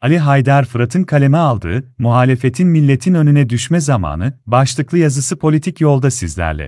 Ali Haydar Fırat'ın kaleme aldığı "Muhalefetin milletin önüne düşme zamanı" başlıklı yazısı politik yolda sizlerle.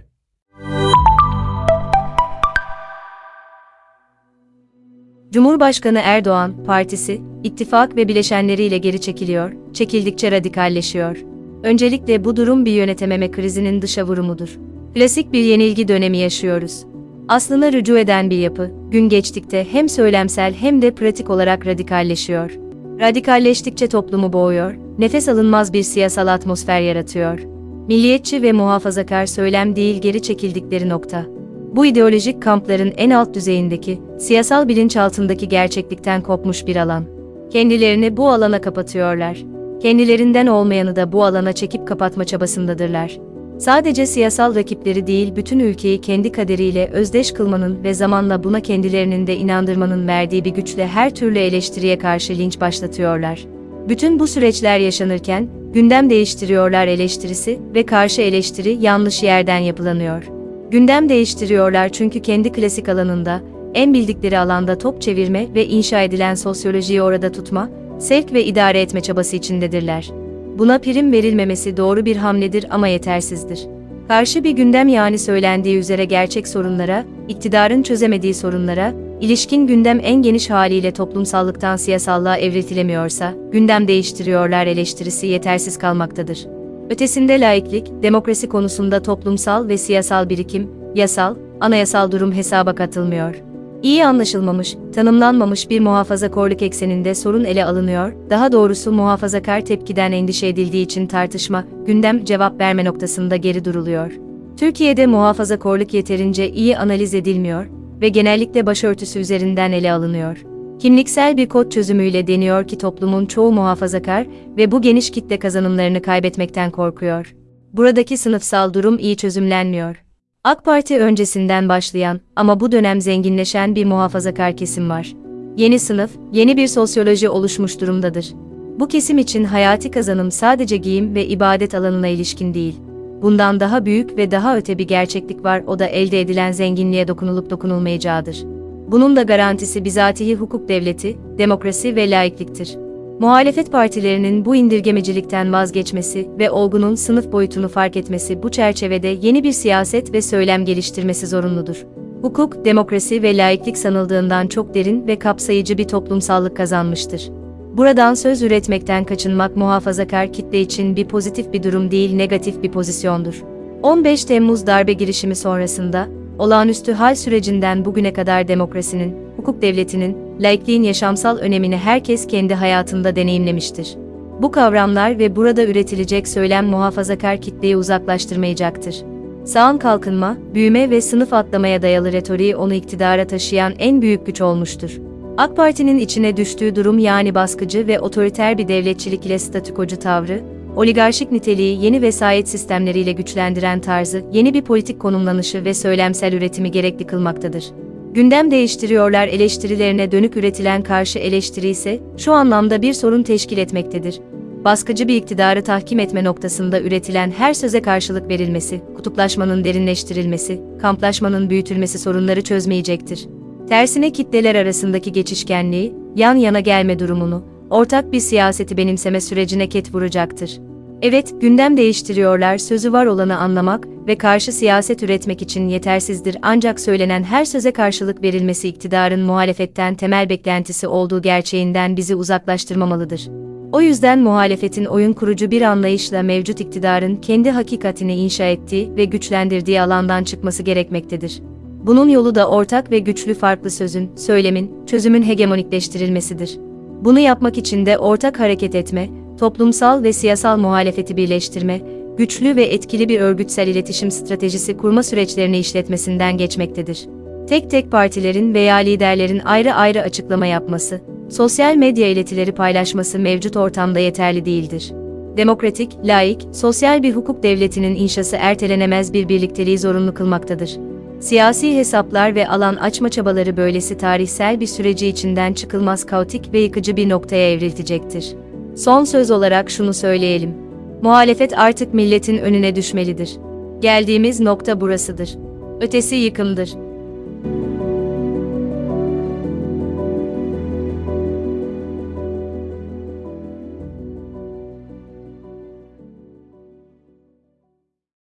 Cumhurbaşkanı Erdoğan, partisi, ittifak ve bileşenleriyle geri çekiliyor, çekildikçe radikalleşiyor. Öncelikle bu durum bir yönetememe krizinin dışa vurumudur. Klasik bir yenilgi dönemi yaşıyoruz. Aslına rücu eden bir yapı, gün geçtikçe hem söylemsel hem de pratik olarak radikalleşiyor. Radikalleştikçe toplumu boğuyor, nefes alınmaz bir siyasal atmosfer yaratıyor. Milliyetçi ve muhafazakar söylem değil geri çekildikleri nokta. Bu ideolojik kampların en alt düzeyindeki, siyasal bilinçaltındaki gerçeklikten kopmuş bir alan. Kendilerini bu alana kapatıyorlar. Kendilerinden olmayanı da bu alana çekip kapatma çabasındadırlar. Sadece siyasal rakipleri değil bütün ülkeyi kendi kaderiyle özdeş kılmanın ve zamanla buna kendilerinin de inandırmanın verdiği bir güçle her türlü eleştiriye karşı linç başlatıyorlar. Bütün bu süreçler yaşanırken, gündem değiştiriyorlar eleştirisi ve karşı eleştiri yanlış yerden yapılanıyor. Gündem değiştiriyorlar çünkü kendi klasik alanında, en bildikleri alanda top çevirme ve inşa edilen sosyolojiyi orada tutma, sevk ve idare etme çabası içindedirler. Buna prim verilmemesi doğru bir hamledir ama yetersizdir. Karşı bir gündem yani söylendiği üzere gerçek sorunlara, iktidarın çözemediği sorunlara, ilişkin gündem en geniş haliyle toplumsallıktan siyasallığa evriltilemiyorsa, gündem değiştiriyorlar eleştirisi yetersiz kalmaktadır. Ötesinde laiklik, demokrasi konusunda toplumsal ve siyasal birikim, yasal, anayasal durum hesaba katılmıyor. İyi anlaşılmamış, tanımlanmamış bir muhafazakarlık ekseninde sorun ele alınıyor, daha doğrusu muhafazakar tepkiden endişe edildiği için tartışma, gündem cevap verme noktasında geri duruluyor. Türkiye'de muhafazakarlık yeterince iyi analiz edilmiyor ve genellikle başörtüsü üzerinden ele alınıyor. Kimliksel bir kod çözümüyle deniyor ki toplumun çoğu muhafazakar ve bu geniş kitle kazanımlarını kaybetmekten korkuyor. Buradaki sınıfsal durum iyi çözümlenmiyor. AK Parti öncesinden başlayan ama bu dönem zenginleşen bir muhafazakar kesim var. Yeni sınıf, yeni bir sosyoloji oluşmuş durumdadır. Bu kesim için hayati kazanım sadece giyim ve ibadet alanına ilişkin değil. Bundan daha büyük ve daha öte bir gerçeklik var, o da elde edilen zenginliğe dokunulup dokunulmayacağıdır. Bunun da garantisi bizatihi hukuk devleti, demokrasi ve laikliktir. Muhalefet partilerinin bu indirgemecilikten vazgeçmesi ve olgunun sınıf boyutunu fark etmesi bu çerçevede yeni bir siyaset ve söylem geliştirmesi zorunludur. Hukuk, demokrasi ve laiklik sanıldığından çok derin ve kapsayıcı bir toplumsallık kazanmıştır. Buradan söz üretmekten kaçınmak muhafazakar kitle için bir pozitif bir durum değil, negatif bir pozisyondur. 15 Temmuz darbe girişimi sonrasında, olağanüstü hal sürecinden bugüne kadar demokrasinin, hukuk devletinin, laikliğin yaşamsal önemini herkes kendi hayatında deneyimlemiştir. Bu kavramlar ve burada üretilecek söylem muhafazakar kitleyi uzaklaştırmayacaktır. Sağın kalkınma, büyüme ve sınıf atlamaya dayalı retoriği onu iktidara taşıyan en büyük güç olmuştur. AK Parti'nin içine düştüğü durum yani baskıcı ve otoriter bir devletçilik ile statükocu tavrı, oligarşik niteliği yeni vesayet sistemleriyle güçlendiren tarzı, yeni bir politik konumlanışı ve söylemsel üretimi gerekli kılmaktadır. Gündem değiştiriyorlar eleştirilerine dönük üretilen karşı eleştiri ise, şu anlamda bir sorun teşkil etmektedir. Baskıcı bir iktidarı tahkim etme noktasında üretilen her söze karşılık verilmesi, kutuplaşmanın derinleştirilmesi, kamplaşmanın büyütülmesi sorunları çözmeyecektir. Tersine kitleler arasındaki geçişkenliği, yan yana gelme durumunu, ortak bir siyaseti benimseme sürecine ket vuracaktır. Evet, gündem değiştiriyorlar sözü var olanı anlamak ve karşı siyaset üretmek için yetersizdir ancak söylenen her söze karşılık verilmesi iktidarın muhalefetten temel beklentisi olduğu gerçeğinden bizi uzaklaştırmamalıdır. O yüzden muhalefetin oyun kurucu bir anlayışla mevcut iktidarın kendi hakikatini inşa ettiği ve güçlendirdiği alandan çıkması gerekmektedir. Bunun yolu da ortak ve güçlü farklı sözün, söylemin, çözümün hegemonikleştirilmesidir. Bunu yapmak için de ortak hareket etme, toplumsal ve siyasal muhalefeti birleştirme, güçlü ve etkili bir örgütsel iletişim stratejisi kurma süreçlerini işletmesinden geçmektedir. Tek tek partilerin veya liderlerin ayrı ayrı açıklama yapması, sosyal medya iletileri paylaşması mevcut ortamda yeterli değildir. Demokratik, laik, sosyal bir hukuk devletinin inşası ertelenemez bir birlikteliği zorunlu kılmaktadır. Siyasi hesaplar ve alan açma çabaları böylesi tarihsel bir süreci içinden çıkılmaz kaotik ve yıkıcı bir noktaya evrilecektir. Son söz olarak şunu söyleyelim. Muhalefet artık milletin önüne düşmelidir. Geldiğimiz nokta burasıdır. Ötesi yıkımdır.